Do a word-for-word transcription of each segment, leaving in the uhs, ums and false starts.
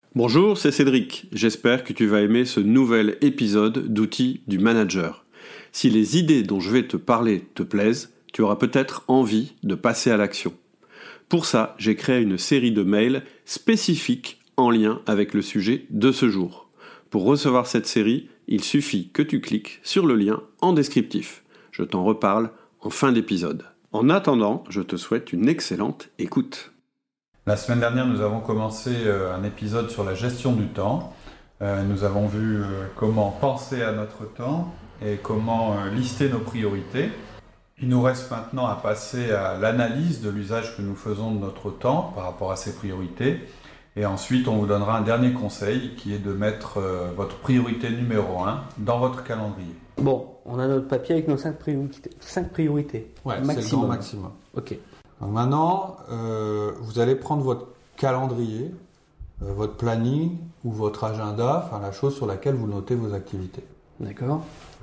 Bonjour, c'est Cédric. J'espère que tu vas aimer ce nouvel épisode d'Outils du Manager. Si les idées dont je vais te parler te plaisent, tu auras peut-être envie de passer à l'action. Pour ça, j'ai créé une série de mails spécifiques en lien avec le sujet de ce jour. Pour recevoir cette série, il suffit que tu cliques sur le lien en descriptif. Je t'en reparle en fin d'épisode. En attendant, je te souhaite une excellente écoute. La semaine dernière, nous avons commencé un épisode sur la gestion du temps. Euh, nous avons vu euh, comment penser à notre temps et comment euh, lister nos priorités. Il nous reste maintenant à passer à l'analyse de l'usage que nous faisons de notre temps par rapport à ces priorités. Et ensuite, on vous donnera un dernier conseil qui est de mettre euh, votre priorité numéro un dans votre calendrier. Bon, on a notre papier avec nos cinq priorités. cinq priorités. Ouais, maximum. C'est le grand maximum. Ok. Donc maintenant, euh, vous allez prendre votre calendrier, euh, votre planning ou votre agenda, enfin la chose sur laquelle vous notez vos activités. D'accord.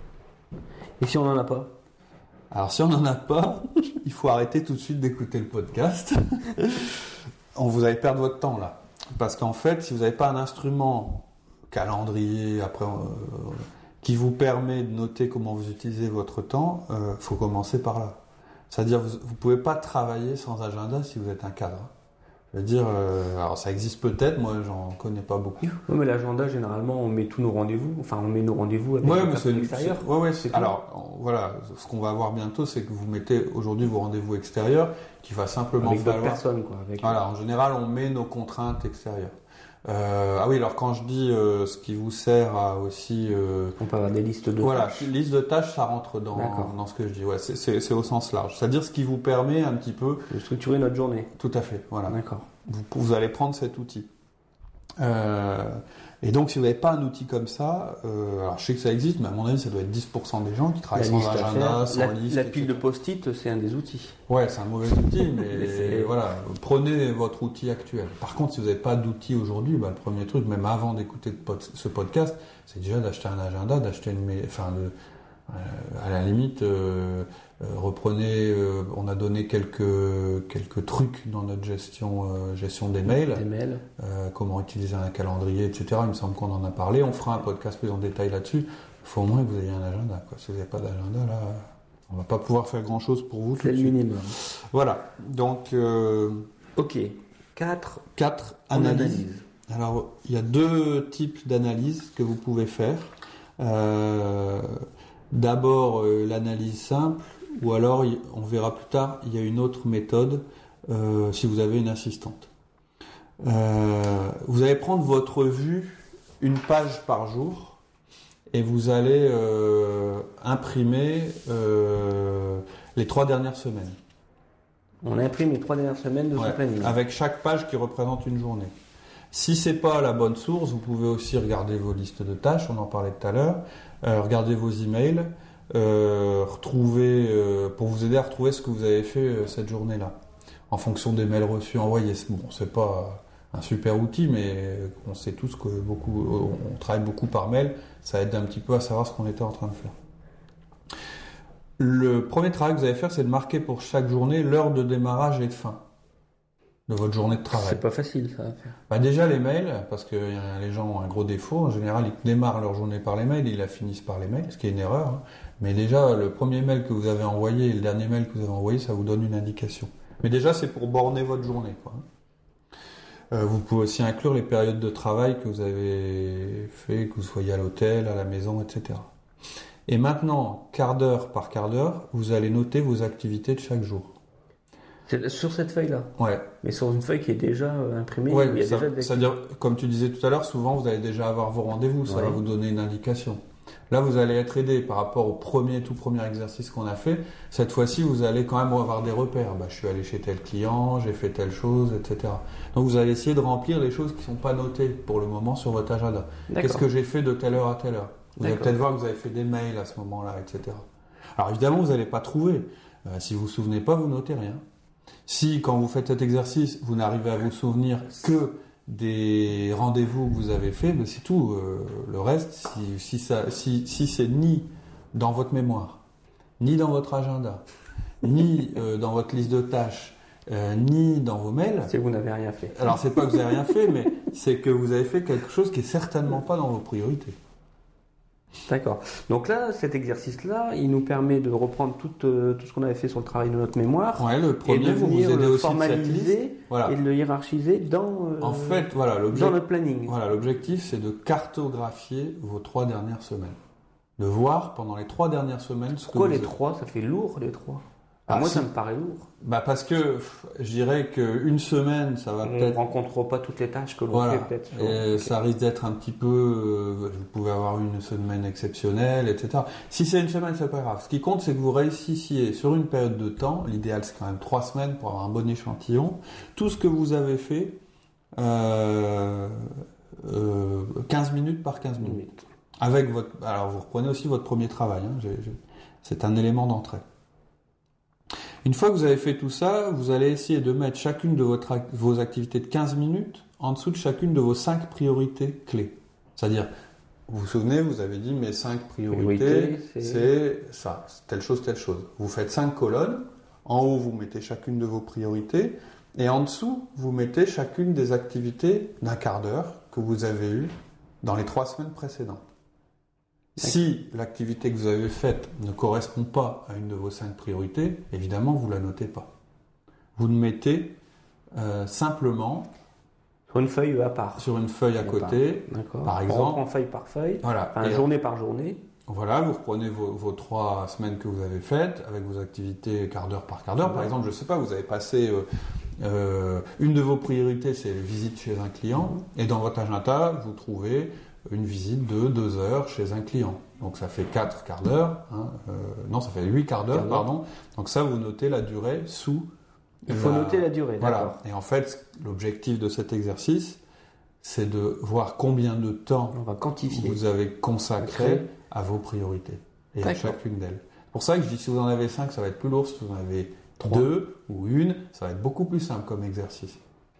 Et si on n'en a pas ? Alors si on n'en a pas, il faut arrêter tout de suite d'écouter le podcast. on vous allez perdre votre temps là. Parce qu'en fait, si vous n'avez pas un instrument calendrier après, euh, qui vous permet de noter comment vous utilisez votre temps, il euh, faut commencer par là. C'est-à-dire, vous ne pouvez pas travailler sans agenda si vous êtes un cadre. Je veux dire, euh, alors ça existe peut-être, moi j'en connais pas beaucoup. Oui, mais l'agenda, généralement, on met tous nos rendez-vous, enfin on met nos rendez-vous avec ouais, la mais personne c'est, extérieure. C'est, ouais, ouais, c'est alors, on, voilà, ce qu'on va voir bientôt, c'est que vous mettez aujourd'hui vos rendez-vous extérieurs, qu'il va simplement avec falloir... d'autres personnes, quoi. Avec... Voilà, en général, on met nos contraintes extérieures. Euh, ah oui, alors quand je dis euh, ce qui vous sert à aussi... Euh, on peut avoir des listes de voilà, tâches. Voilà, liste de tâches, ça rentre dans, dans ce que je dis. Ouais, c'est, c'est, c'est au sens large. C'est-à-dire ce qui vous permet un petit peu... de structurer notre journée. Tout à fait, voilà. D'accord. Vous, vous allez prendre cet outil. Euh, et donc, si vous n'avez pas un outil comme ça, euh, alors je sais que ça existe, mais à mon avis, ça doit être dix pour cent des gens qui travaillent la sans agenda, sans la, liste. La pile de post-it, c'est un des outils. Ouais, c'est un mauvais outil, mais voilà, prenez votre outil actuel. Par contre, si vous n'avez pas d'outil aujourd'hui, bah, le premier truc, même avant d'écouter ce podcast, c'est déjà d'acheter un agenda, d'acheter une, enfin, le, euh, à la limite, euh, euh, reprenez. Euh, on a donné quelques quelques trucs dans notre gestion euh, gestion des mails, des mails. Euh, comment utiliser un calendrier, et cetera. Il me semble qu'on en a parlé. On fera un podcast plus en détail là-dessus. Il faut au moins que vous ayez un agenda, quoi. Si vous n'avez pas d'agenda, là, on va pas pouvoir faire grand chose pour vous. C'est le minimum. Voilà. Donc. Euh, ok. Quatre. Quatre analyses. Analyse. Alors, il y a deux types d'analyses que vous pouvez faire. Euh, D'abord, euh, l'analyse simple, ou alors, on verra plus tard, il y a une autre méthode euh, si vous avez une assistante. Euh, vous allez prendre votre vue, une page par jour, et vous allez euh, imprimer euh, les trois dernières semaines. On imprime les trois dernières semaines de ouais, son planning. Avec chaque page qui représente une journée. Si c'est pas la bonne source, vous pouvez aussi regarder vos listes de tâches, on en parlait tout à l'heure, euh, regardez vos emails, euh, retrouver, euh, pour vous aider à retrouver ce que vous avez fait euh, cette journée-là, en fonction des mails reçus, envoyés. Bon, c'est pas un super outil, mais on sait tous que beaucoup, on travaille beaucoup par mail, ça aide un petit peu à savoir ce qu'on était en train de faire. Le premier travail que vous allez faire, c'est de marquer pour chaque journée l'heure de démarrage et de fin de votre journée de travail. C'est pas facile ça à faire. Bah déjà les mails, parce que les gens ont un gros défaut, en général ils démarrent leur journée par les mails, ils la finissent par les mails, ce qui est une erreur. Hein. Mais déjà le premier mail que vous avez envoyé et le dernier mail que vous avez envoyé, ça vous donne une indication. Mais déjà c'est pour borner votre journée, quoi. Euh, vous pouvez aussi inclure les périodes de travail que vous avez fait, que vous soyez à l'hôtel, à la maison, et cetera. Et maintenant, quart d'heure par quart d'heure, vous allez noter vos activités de chaque jour. C'est sur cette feuille-là. Ouais. Mais sur une feuille qui est déjà imprimée. Ouais, il y a ça, déjà des... c'est-à-dire, comme tu disais tout à l'heure, souvent vous allez déjà avoir vos rendez-vous, ça ouais. va vous donner une indication. Là, vous allez être aidé par rapport au premier, tout premier exercice qu'on a fait. Cette fois-ci, vous allez quand même avoir des repères. Bah, je suis allé chez tel client, j'ai fait telle chose, et cetera. Donc, vous allez essayer de remplir les choses qui ne sont pas notées pour le moment sur votre agenda. D'accord. Qu'est-ce que j'ai fait de telle heure à telle heure ? Vous D'accord. allez peut-être voir que vous avez fait des mails à ce moment-là, et cetera. Alors, évidemment, vous n'allez pas trouver. Euh, si vous ne vous souvenez pas, vous notez rien. Si, quand vous faites cet exercice, vous n'arrivez à vous souvenir que des rendez-vous que vous avez faits, ben c'est tout. Euh, le reste, si, si, ça, si, si c'est ni dans votre mémoire, ni dans votre agenda, ni euh, dans votre liste de tâches, euh, ni dans vos mails. C'est que vous n'avez rien fait. Alors, c'est pas que vous n'avez rien fait, mais c'est que vous avez fait quelque chose qui est certainement pas dans vos priorités. D'accord. Donc là, cet exercice-là, il nous permet de reprendre tout, euh, tout ce qu'on avait fait sur le travail de notre mémoire. Ouais, le premier, et de vous vous venir aidez le aussi de cette liste. formaliser Voilà. et de le hiérarchiser dans, euh, En fait, voilà, dans l'objectif, notre planning. voilà, l'objectif, c'est de cartographier vos trois dernières semaines. De voir pendant les trois dernières semaines ce Pourquoi que vous les avez- trois? Ça fait lourd, les trois. Ah, Ah, moi, si. ça me paraît lourd. Bah parce que pff, je dirais qu'une semaine, ça va On ne peut-être. rencontre pas toutes les tâches que l'on Voilà. fait, peut-être. Et Ok. ça risque d'être un petit peu. euh, vous pouvez avoir une semaine exceptionnelle, et cetera. Si c'est une semaine, c'est pas grave. Ce qui compte, c'est que vous réussissiez sur une période de temps. L'idéal, c'est quand même trois semaines pour avoir un bon échantillon. Tout ce que vous avez fait, euh, euh, quinze minutes par quinze minutes. Avec votre. Alors, vous reprenez aussi votre premier travail. Hein. J'ai- j'ai- c'est un élément d'entrée. Une fois que vous avez fait tout ça, vous allez essayer de mettre chacune de votre ac- vos activités de quinze minutes en dessous de chacune de vos cinq priorités clés. C'est-à-dire, vous vous souvenez, vous avez dit mes cinq priorités, Priorité, c'est- c'est ça, c'est telle chose, telle chose. Vous faites cinq colonnes. En haut, vous mettez chacune de vos priorités. Et en dessous, vous mettez chacune des activités d'un quart d'heure que vous avez eues dans les trois semaines précédentes. Si l'activité que vous avez faite ne correspond pas à une de vos cinq priorités, évidemment, vous ne la notez pas. Vous le mettez euh, simplement Sur une feuille à part. sur une feuille à côté. D'accord. Par On exemple. reprend feuille par feuille, Voilà. enfin, Et journée par journée. Voilà, vous reprenez vos, vos trois semaines que vous avez faites avec vos activités quart d'heure par quart d'heure. Par Ouais. exemple, je ne sais pas, vous avez passé euh, euh, une de vos priorités, c'est visite chez un client, et dans votre agenda, vous trouvez une visite de deux heures chez un client. Donc ça fait quatre quarts d'heure, hein, euh, non, ça fait huit quarts d'heure, Quart d'heure. pardon. Donc ça, vous notez la durée sous. Il faut noter la durée, Voilà. d'accord. Et en fait, l'objectif de cet exercice, c'est de voir combien de temps On va quantifier. vous avez consacré Consacré. à vos priorités et à D'accord. chacune d'elles. C'est pour ça que je dis si vous en avez cinq, ça va être plus lourd. Si vous en avez deux ou une, ça va être beaucoup plus simple comme exercice.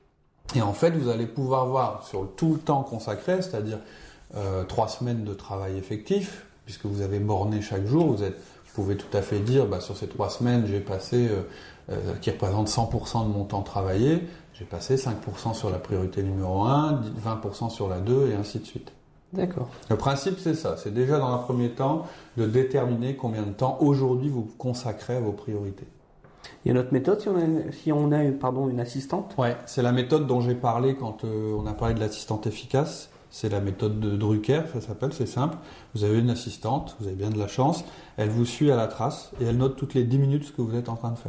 Et en fait, vous allez pouvoir voir sur le- tout le temps consacré, c'est-à-dire euh, trois semaines de travail effectif, puisque vous avez borné chaque jour. Vous, êtes, vous pouvez tout à fait dire, bah, sur ces trois semaines, j'ai passé, euh, euh, qui représente cent pour cent de mon temps travaillé, j'ai passé cinq pour cent sur la priorité numéro un, vingt pour cent sur la deux, et ainsi de suite. D'accord. Le principe, c'est ça. C'est déjà dans un premier temps de déterminer combien de temps aujourd'hui vous consacrez à vos priorités. Il y a notre méthode si on a, si on a pardon, une assistante. Ouais, c'est la méthode dont j'ai parlé quand euh, on a parlé de l'assistante efficace. C'est la méthode de Drucker, ça s'appelle, c'est simple. Vous avez une assistante, vous avez bien de la chance, elle vous suit à la trace et elle note toutes les dix minutes ce que vous êtes en train de faire.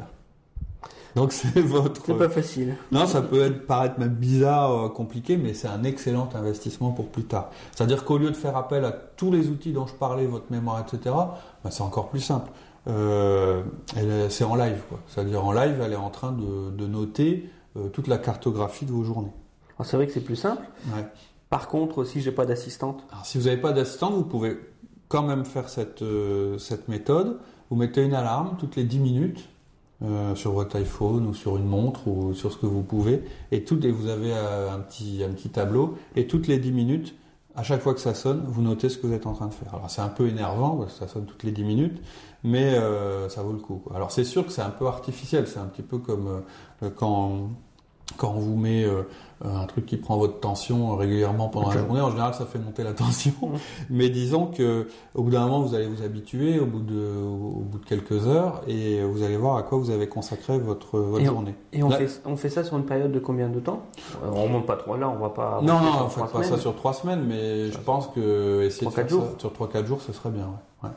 Donc c'est votre... C'est pas facile. Non, ça peut être, paraître même bizarre, euh, compliqué, mais c'est un excellent investissement pour plus tard. C'est-à-dire qu'au lieu de faire appel à tous les outils dont je parlais, votre mémoire, et cetera, ben c'est encore plus simple. Euh, elle est- c'est en live, quoi. C'est-à-dire en live, elle est en train de, de noter euh, toute la cartographie de vos journées. Alors, c'est vrai que c'est plus simple. Ouais. Par contre, si j'ai pas d'assistante, Alors, si vous n'avez pas d'assistante, vous pouvez quand même faire cette, euh, cette méthode. Vous mettez une alarme toutes les dix minutes euh, sur votre iPhone ou sur une montre ou sur ce que vous pouvez. Et, tout, et vous avez euh, un, petit, un petit tableau. Et toutes les dix minutes, à chaque fois que ça sonne, vous notez ce que vous êtes en train de faire. Alors c'est un peu énervant parce que ça sonne toutes les dix minutes, mais euh, ça vaut le coup, quoi. Alors c'est sûr que c'est un peu artificiel. C'est un petit peu comme euh, quand... Quand on vous met euh, un truc qui prend votre tension régulièrement pendant Okay. la journée, en général, ça fait monter la tension. Mais disons que au bout d'un moment, vous allez vous habituer, au bout de, au bout de quelques heures, et vous allez voir à quoi vous avez consacré votre, votre Et journée. et on, Là- fait, on fait ça sur une période de combien de temps? Euh, On remonte pas trop là, on va pas. Non, remonter non, sur on ne trois fait pas ça semaines. sur trois semaines, mais je pense que essayer de Trois, faire quatre ça jours. sur trois quatre jours, ce serait bien. Ouais. Ouais.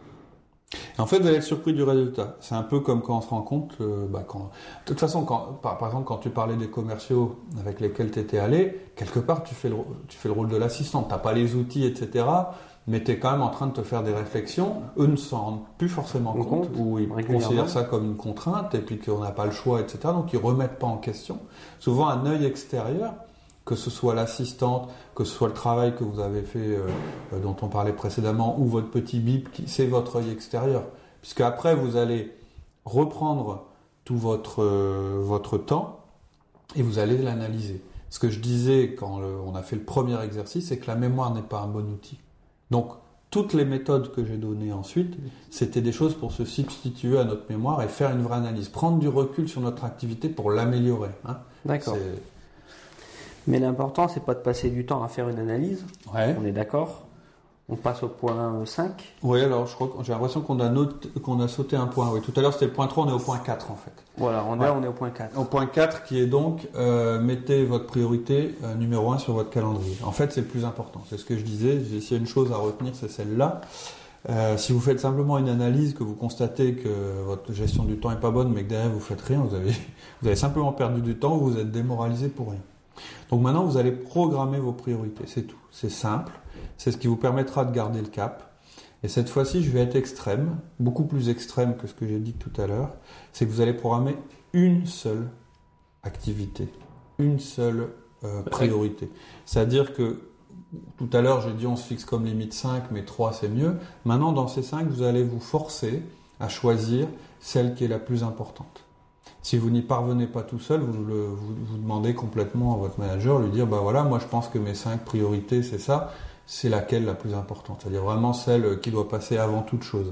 Et en fait, vous allez être surpris du résultat. C'est un peu comme quand on se rend compte, euh, bah, quand... de toute façon, quand, par, par exemple, quand tu parlais des commerciaux avec lesquels tu étais allé, quelque part, tu fais le, tu fais le rôle de l'assistant. Tu n'as pas les outils, et cetera, mais tu es quand même en train de te faire des réflexions. Eux ne s'en rendent plus forcément On compte, compte, ou ils régulièrement. considèrent ça comme une contrainte, et puis qu'on n'a pas le choix, et cetera. Donc, ils ne remettent pas en question. Souvent, un œil extérieur, que ce soit l'assistante, que ce soit le travail que vous avez fait, euh, euh, dont on parlait précédemment, ou votre petit bip, qui, c'est votre œil extérieur. Puisque après, vous allez reprendre tout votre, euh, votre temps et vous allez l'analyser. Ce que je disais quand le- on a fait le premier exercice, c'est que la mémoire n'est pas un bon outil. Donc, toutes les méthodes que j'ai données ensuite, c'était des choses pour se substituer à notre mémoire et faire une vraie analyse. Prendre du recul sur notre activité pour l'améliorer. Hein. D'accord. C'est... Mais l'important, c'est pas de passer du temps à faire une analyse. Ouais. On est d'accord. On passe au point cinq. Oui, alors je crois que j'ai l'impression qu'on a, noté, qu'on a sauté un point. Oui, tout à l'heure c'était le point trois, on est au point quatre en fait. Voilà, on, ouais. est, on est au point quatre. Au point quatre qui est donc euh, mettez votre priorité euh, numéro un sur votre calendrier. En fait, c'est le plus important. C'est ce que je disais. S'il y a une chose à retenir, c'est celle-là. Euh, si vous faites simplement une analyse, que vous constatez que votre gestion du temps est pas bonne, mais que derrière vous faites rien, vous avez, vous avez simplement perdu du temps, vous êtes démoralisé pour rien. Donc maintenant, vous allez programmer vos priorités. C'est tout. C'est simple. C'est ce qui vous permettra de garder le cap. Et cette fois-ci, je vais être extrême, beaucoup plus extrême que ce que j'ai dit tout à l'heure. C'est que vous allez programmer une seule activité, une seule euh, priorité. C'est-à-dire que tout à l'heure, j'ai dit on se fixe comme limite cinq, mais trois c'est mieux. Maintenant, dans ces cinq, vous allez vous forcer à choisir celle qui est la plus importante. Si vous n'y parvenez pas tout seul, vous, le, vous, vous demandez complètement à votre manager, lui dire, bah voilà, moi je pense que mes cinq priorités c'est ça, c'est laquelle la plus importante, c'est-à-dire vraiment celle qui doit passer avant toute chose.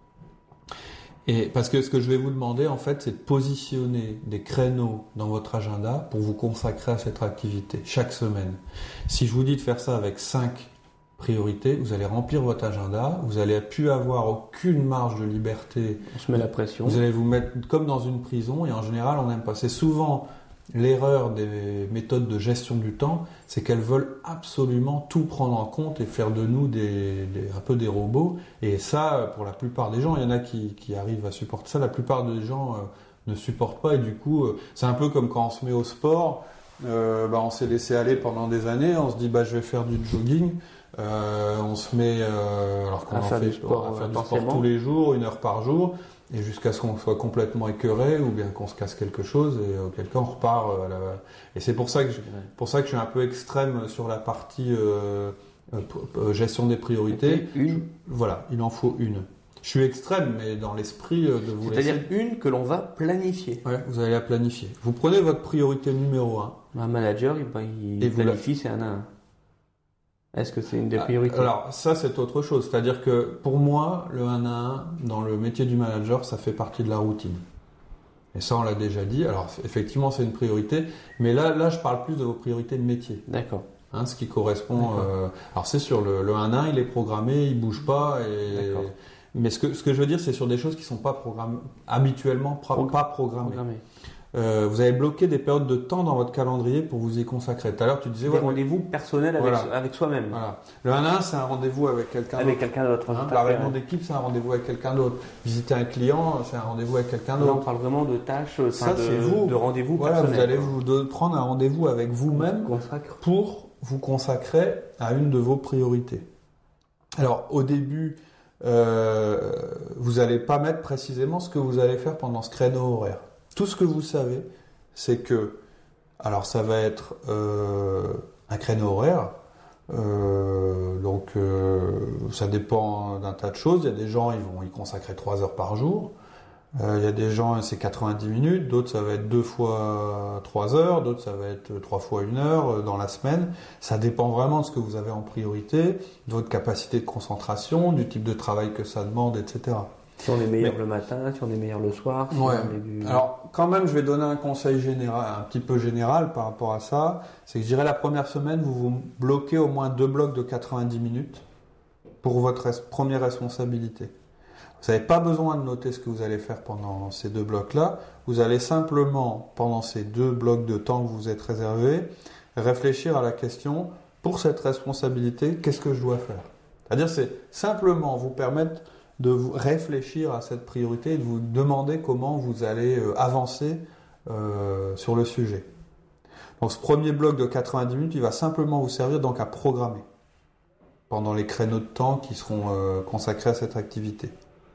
Et parce que ce que je vais vous demander en fait, c'est de positionner des créneaux dans votre agenda pour vous consacrer à cette activité chaque semaine. Si je vous dis de faire ça avec cinq priorité, vous allez remplir votre agenda, vous allez plus avoir aucune marge de liberté. On se met la pression. Vous allez vous mettre comme dans une prison et en général on n'aime pas. C'est souvent l'erreur des méthodes de gestion du temps, c'est qu'elles veulent absolument tout prendre en compte et faire de nous des, des, un peu des robots. Et ça, pour la plupart des gens, il y en a qui, qui arrivent à supporter ça, la plupart des gens euh, ne supportent pas et du coup, euh, c'est un peu comme quand on se met au sport, euh, bah, on s'est laissé aller pendant des années, on se dit bah, je vais faire du jogging. Euh, on se met euh, alors qu'on à en faire fait du sport, à faire du sport tous les jours, une heure par jour, et jusqu'à ce qu'on soit complètement écœuré ou bien qu'on se casse quelque chose et auquel cas on repart. Euh, à la... Et c'est pour ça que je, pour ça que je suis un peu extrême sur la partie euh, euh, gestion des priorités. Okay, une. Je, voilà, il en faut une. Je suis extrême, mais dans l'esprit de vous laisser. C'est-à-dire une que l'on va planifier. Ouais, vous allez la planifier. Vous prenez votre priorité numéro un. Un manager, il, il planifie, c'est un à un. Est-ce que c'est une des priorités ? Alors, ça, c'est autre chose. C'est-à-dire que, pour moi, le un à un, dans le métier du manager, ça fait partie de la routine. Et ça, on l'a déjà dit. Alors, effectivement, c'est une priorité. Mais là, là, je parle plus de vos priorités de métier. D'accord. Hein, ce qui correspond... Euh, alors, c'est sûr, le, le un à un, il est programmé, il bouge pas. Et, D'accord. Mais ce que, ce que je veux dire, c'est sur des choses qui sont pas programmées, habituellement pro, pas programmées. Programmé. Euh, vous avez bloqué des périodes de temps dans votre calendrier pour vous y consacrer. Tout à l'heure, tu disais... Des ouais, rendez-vous personnels avec, voilà. avec soi-même. Voilà. Le un à un, c'est un rendez-vous avec quelqu'un Avec d'autre. quelqu'un d'autre. Hein, la réunion d'équipe, c'est un rendez-vous avec quelqu'un d'autre. Visiter un client, c'est un rendez-vous avec quelqu'un d'autre. Là, on parle vraiment de tâches, ça, de, c'est vous. de rendez-vous voilà, personnels. vous allez vous de, prendre un rendez-vous avec vous-même pour vous consacrer à une de vos priorités. Alors, au début, euh, vous n'allez pas mettre précisément ce que vous allez faire pendant ce créneau horaire. Tout ce que vous savez, c'est que, alors ça va être euh, un créneau horaire, euh, donc euh, ça dépend d'un tas de choses. Il y a des gens, ils vont y consacrer trois heures par jour. Euh, il y a des gens, c'est quatre-vingt-dix minutes, d'autres ça va être deux fois trois heures, d'autres ça va être trois fois une heure dans la semaine. Ça dépend vraiment de ce que vous avez en priorité, de votre capacité de concentration, du type de travail que ça demande, et cetera. Si on est meilleur Mais, le matin, si on est meilleur le soir. Si ouais. on est du... Alors, quand même, je vais donner un conseil général, un petit peu général par rapport à ça. C'est que je dirais la première semaine, vous vous bloquez au moins deux blocs de quatre-vingt-dix minutes pour votre res- première responsabilité. Vous n'avez pas besoin de noter ce que vous allez faire pendant ces deux blocs-là. Vous allez simplement, pendant ces deux blocs de temps que vous vous êtes réservés, réfléchir à la question, pour cette responsabilité, qu'est-ce que je dois faire ? C'est-à-dire, c'est simplement vous permettre de vous réfléchir à cette priorité et de vous demander comment vous allez euh, avancer euh, sur le sujet. Donc ce premier bloc de quatre-vingt-dix minutes, il va simplement vous servir donc à programmer pendant les créneaux de temps qui seront euh, consacrés à cette activité.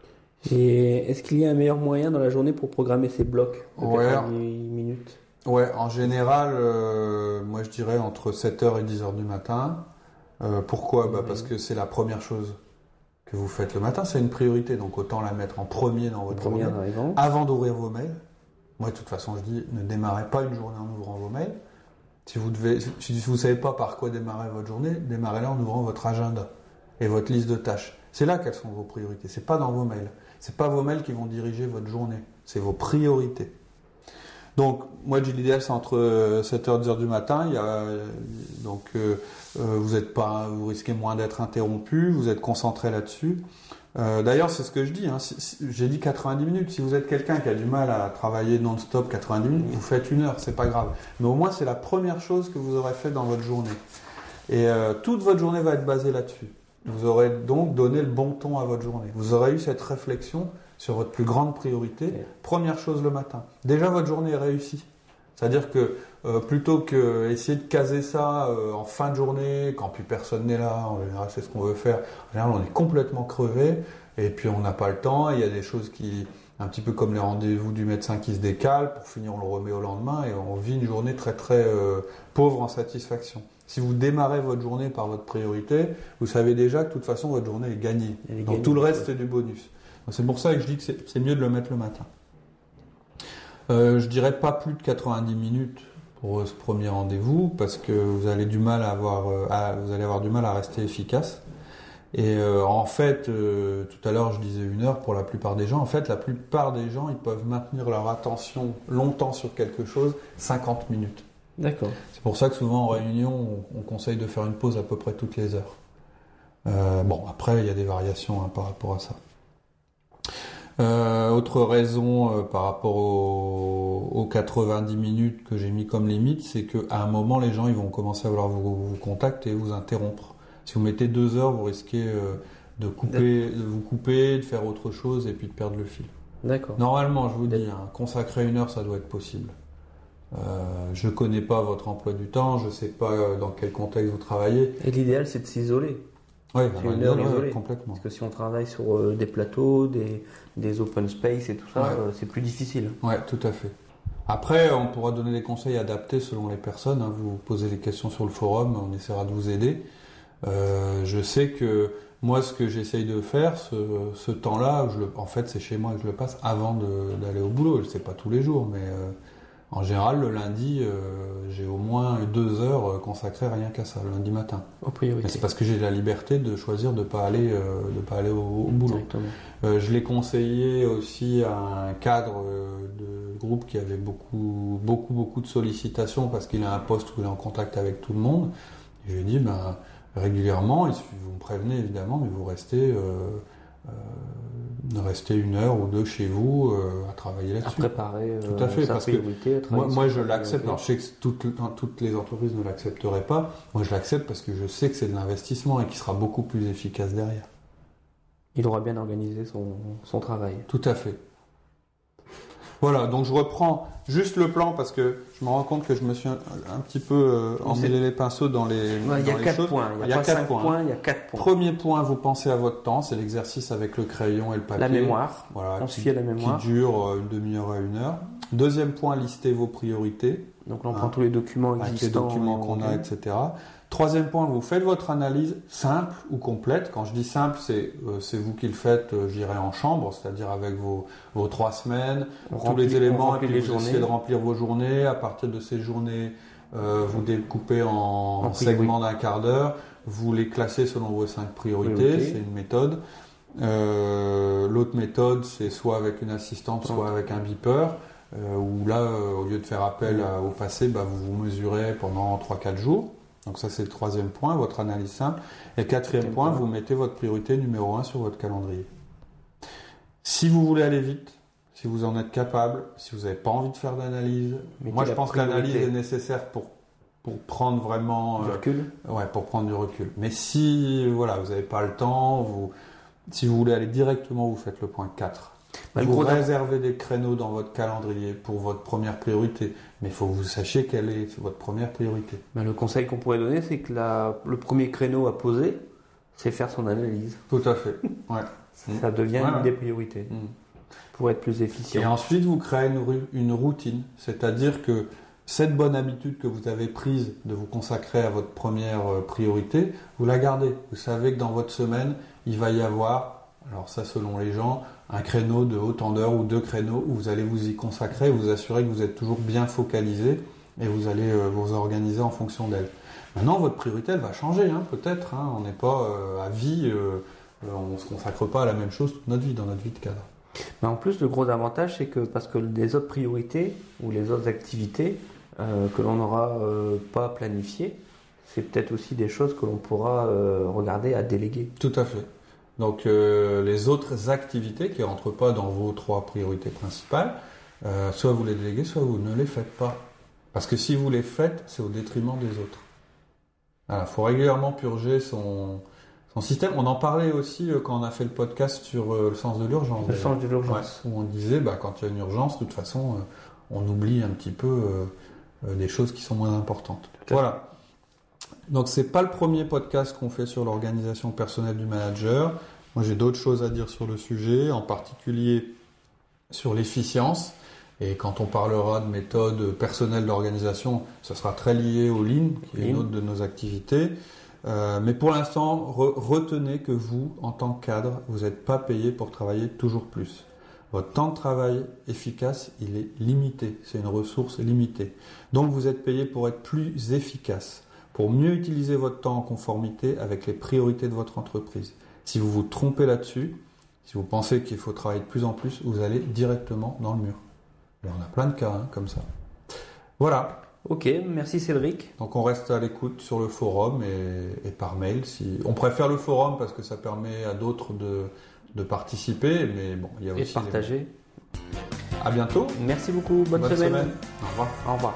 Et est-ce qu'il y a un meilleur moyen dans la journée pour programmer ces blocs de ouais. quatre-vingt-dix minutes ? Ouais, en général, euh, moi je dirais entre sept heures et dix heures du matin. Euh, pourquoi ? Bah, parce que c'est la première chose que vous faites le matin, c'est une priorité, donc autant la mettre en premier dans votre journée, avant d'ouvrir vos mails. Moi, de toute façon, je dis, ne démarrez pas une journée en ouvrant vos mails. Si vous devez, si vous savez pas par quoi démarrer votre journée, démarrez-la en ouvrant votre agenda. et votre liste de tâches. C'est là quelles sont vos priorités. C'est pas dans vos mails. C'est pas vos mails qui vont diriger votre journée. C'est vos priorités. Donc, moi, je dis l'idéal, c'est entre sept heures et dix heures du matin. Il y a, donc, euh, vous êtes pas, vous risquez moins d'être interrompu. Vous êtes concentré là-dessus. Euh, d'ailleurs, c'est ce que je dis. Hein. Si, si, j'ai dit quatre-vingt-dix minutes. Si vous êtes quelqu'un qui a du mal à travailler non-stop quatre-vingt-dix minutes, vous faites une heure. C'est pas grave. Mais au moins, c'est la première chose que vous aurez fait dans votre journée. Et euh, toute votre journée va être basée là-dessus. Vous aurez donc donné le bon ton à votre journée. Vous aurez eu cette réflexion sur votre plus grande priorité. Oui. Première chose le matin. Déjà, votre journée est réussie. C'est-à-dire que euh, plutôt que essayer de caser ça euh, en fin de journée, quand plus personne n'est là, en général, c'est ce qu'on veut faire. En général, on est complètement crevé et puis on n'a pas le temps. Il y a des choses qui, un petit peu comme les rendez-vous du médecin qui se décalent. Pour finir, on le remet au lendemain et on vit une journée très très euh, pauvre en satisfaction. Si vous démarrez votre journée par votre priorité, vous savez déjà que de toute façon, votre journée est gagnée. Est Donc gagnée, tout le reste, ouais. c'est du bonus. Donc, c'est pour ça que je dis que c'est, c'est mieux de le mettre le matin. Euh, je dirais pas plus de quatre-vingt-dix minutes pour ce premier rendez-vous parce que vous allez du mal à avoir, à, vous allez avoir du mal à rester efficace. Et euh, en fait, euh, tout à l'heure, je disais une heure pour la plupart des gens. En fait, la plupart des gens, ils peuvent maintenir leur attention longtemps sur quelque chose, cinquante minutes. D'accord. C'est pour ça que souvent en réunion, on, on conseille de faire une pause à peu près toutes les heures. Euh, bon, après, il y a des variations hein, par rapport à ça. Euh, autre raison euh, par rapport aux, aux quatre-vingt-dix minutes que j'ai mis comme limite, c'est qu'à un moment, les gens ils vont commencer à vouloir vous, vous contacter et vous interrompre. Si vous mettez deux heures, vous risquez euh, de, couper, de vous couper, de faire autre chose et puis de perdre le fil. D'accord. Normalement, je vous dis, hein, consacrer une heure, ça doit être possible. Euh, je connais pas votre emploi du temps, je sais pas dans quel contexte vous travaillez. Et l'idéal, c'est de s'isoler. Oui, c'est une heure isolée. Complètement. Parce que si on travaille sur euh, des plateaux, des, des open space et tout ça, ouais. euh, c'est plus difficile. Oui, tout à fait. Après, on pourra donner des conseils adaptés selon les personnes. Hein. Vous posez des questions sur le forum, on essaiera de vous aider. Euh, je sais que moi, ce que j'essaye de faire, ce, ce temps-là, je le, en fait, c'est chez moi que je le passe avant de, d'aller au boulot. Je sais pas tous les jours, mais euh, en général, le lundi, euh, j'ai au moins deux heures consacrées rien qu'à ça, le lundi matin. En priorité. Mais c'est parce que j'ai la liberté de choisir de pas aller, euh, de pas aller au, au boulot. Euh, je l'ai conseillé aussi à un cadre de groupe qui avait beaucoup, beaucoup, beaucoup de sollicitations parce qu'il a un poste où il est en contact avec tout le monde. Et je lui ai dit, ben, régulièrement, vous me prévenez évidemment, mais vous restez, euh, euh, restez une heure ou deux chez vous euh, à travailler là-dessus. À préparer euh, tout à fait, sa parce priorité. Que moi, moi je l'accepte. Alors, je sais que toutes, toutes les entreprises ne l'accepteraient pas. Moi, je l'accepte parce que je sais que c'est de l'investissement et qu'il sera beaucoup plus efficace derrière. Il aura bien organisé son, son travail. Tout à fait. Voilà, donc je reprends juste le plan parce que je me rends compte que je me suis un, un petit peu euh, emmêlé les pinceaux dans les ouais, Il y a quatre points, il y a, pas cinq points, il y a quatre points. Premier point, vous pensez à votre temps, c'est l'exercice avec le crayon et le papier. La mémoire, voilà, on se fie à la mémoire. Qui dure une demi-heure à une heure. Deuxième point, listez vos priorités. Donc là, on hein, prend tous les documents existants. Avec les documents qu'on a, et cetera. Troisième point, vous faites votre analyse simple ou complète. Quand je dis simple, c'est, euh, c'est vous qui le faites, euh, j'irai en chambre, c'est-à-dire avec vos, vos trois semaines, on tous remplit, les éléments, et puis les vous journées. essayez de remplir vos journées. À partir de ces journées, euh, vous découpez en, en segments d'un quart d'heure, vous les classez selon vos cinq priorités, priorités. C'est une méthode. Euh, l'autre méthode, c'est soit avec une assistante, soit okay. avec un beeper, euh, où là, euh, au lieu de faire appel à, au passé, bah, vous vous mesurez pendant trois à quatre jours. Donc ça, c'est le troisième point, votre analyse simple. Et le quatrième okay. point, vous mettez votre priorité numéro un sur votre calendrier. Si vous voulez aller vite, si vous en êtes capable, si vous n'avez pas envie de faire d'analyse, mettez moi je pense que l'analyse est nécessaire pour, pour prendre vraiment... Du euh, recul. Ouais, pour prendre du recul. Mais si voilà, vous n'avez pas le temps, vous, si vous voulez aller directement, vous faites le point quatre. Bah, vous réservez des créneaux dans votre calendrier pour votre première priorité, mais il faut que vous sachiez quelle est votre première priorité. Bah, le conseil qu'on pourrait donner, c'est que la, le premier créneau à poser, c'est faire son analyse. Tout à fait. Ouais. Ça devient ouais, une ouais. des priorités, mmh. pour être plus efficient. Et ensuite, vous créez une, une routine, c'est-à-dire que cette bonne habitude que vous avez prise de vous consacrer à votre première priorité, vous la gardez. Vous savez que dans votre semaine, il va y avoir, alors ça selon les gens, un créneau de autant d'heures ou deux créneaux où vous allez vous y consacrer, vous assurer que vous êtes toujours bien focalisé et vous allez euh, vous organiser en fonction d'elle. Maintenant, votre priorité, elle va changer, hein, peut-être. Hein, on n'est pas euh, à vie, euh, on ne se consacre pas à la même chose toute notre vie, dans notre vie de cadre. Mais en plus, le gros avantage, c'est que parce que les autres priorités ou les autres activités euh, que l'on n'aura euh, pas planifiées, c'est peut-être aussi des choses que l'on pourra euh, regarder à déléguer. Tout à fait. Donc euh, les autres activités qui ne rentrent pas dans vos trois priorités principales, euh, soit vous les déléguez, soit vous ne les faites pas. Parce que si vous les faites, c'est au détriment des autres. Il faut régulièrement purger son, son système. On en parlait aussi euh, quand on a fait le podcast sur euh, le sens de l'urgence. Le sens de l'urgence. Ouais, où on disait, bah, quand il y a une urgence, de toute façon, euh, on oublie un petit peu euh, euh, des choses qui sont moins importantes. Voilà. Donc, c'est pas le premier podcast qu'on fait sur l'organisation personnelle du manager. Moi, j'ai d'autres choses à dire sur le sujet, en particulier sur l'efficience. Et quand on parlera de méthode personnelle d'organisation, ce sera très lié au Lean, qui est une autre de nos activités. Euh, mais pour l'instant, re- retenez que vous, en tant que cadre, vous n'êtes pas payé pour travailler toujours plus. Votre temps de travail efficace, il est limité. C'est une ressource limitée. Donc, vous êtes payé pour être plus efficace, pour mieux utiliser votre temps en conformité avec les priorités de votre entreprise. Si vous vous trompez là-dessus, si vous pensez qu'il faut travailler de plus en plus, vous allez directement dans le mur. Et on a plein de cas hein, comme ça. Voilà. Ok, merci Cédric. Donc on reste à l'écoute sur le forum et, et par mail. Si... On préfère le forum parce que ça permet à d'autres de, de participer, mais bon, il y a aussi... Et de partager. Les... À bientôt. Merci beaucoup, bonne, bonne semaine. semaine. Au revoir. Au revoir.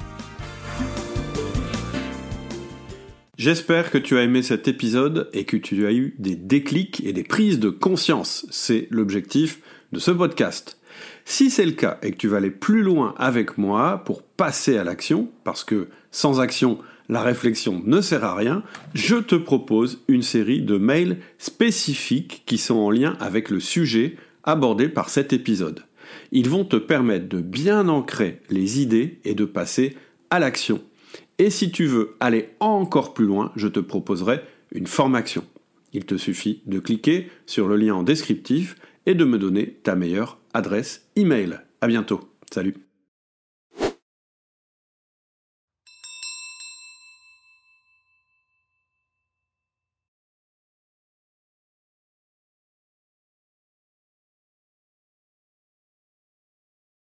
J'espère que tu as aimé cet épisode et que tu as eu des déclics et des prises de conscience. C'est l'objectif de ce podcast. Si c'est le cas et que tu vas aller plus loin avec moi pour passer à l'action, parce que sans action, la réflexion ne sert à rien, je te propose une série de mails spécifiques qui sont en lien avec le sujet abordé par cet épisode. Ils vont te permettre de bien ancrer les idées et de passer à l'action. Et si tu veux aller encore plus loin, je te proposerai une formation. Il te suffit de cliquer sur le lien en descriptif et de me donner ta meilleure adresse email. À bientôt. Salut.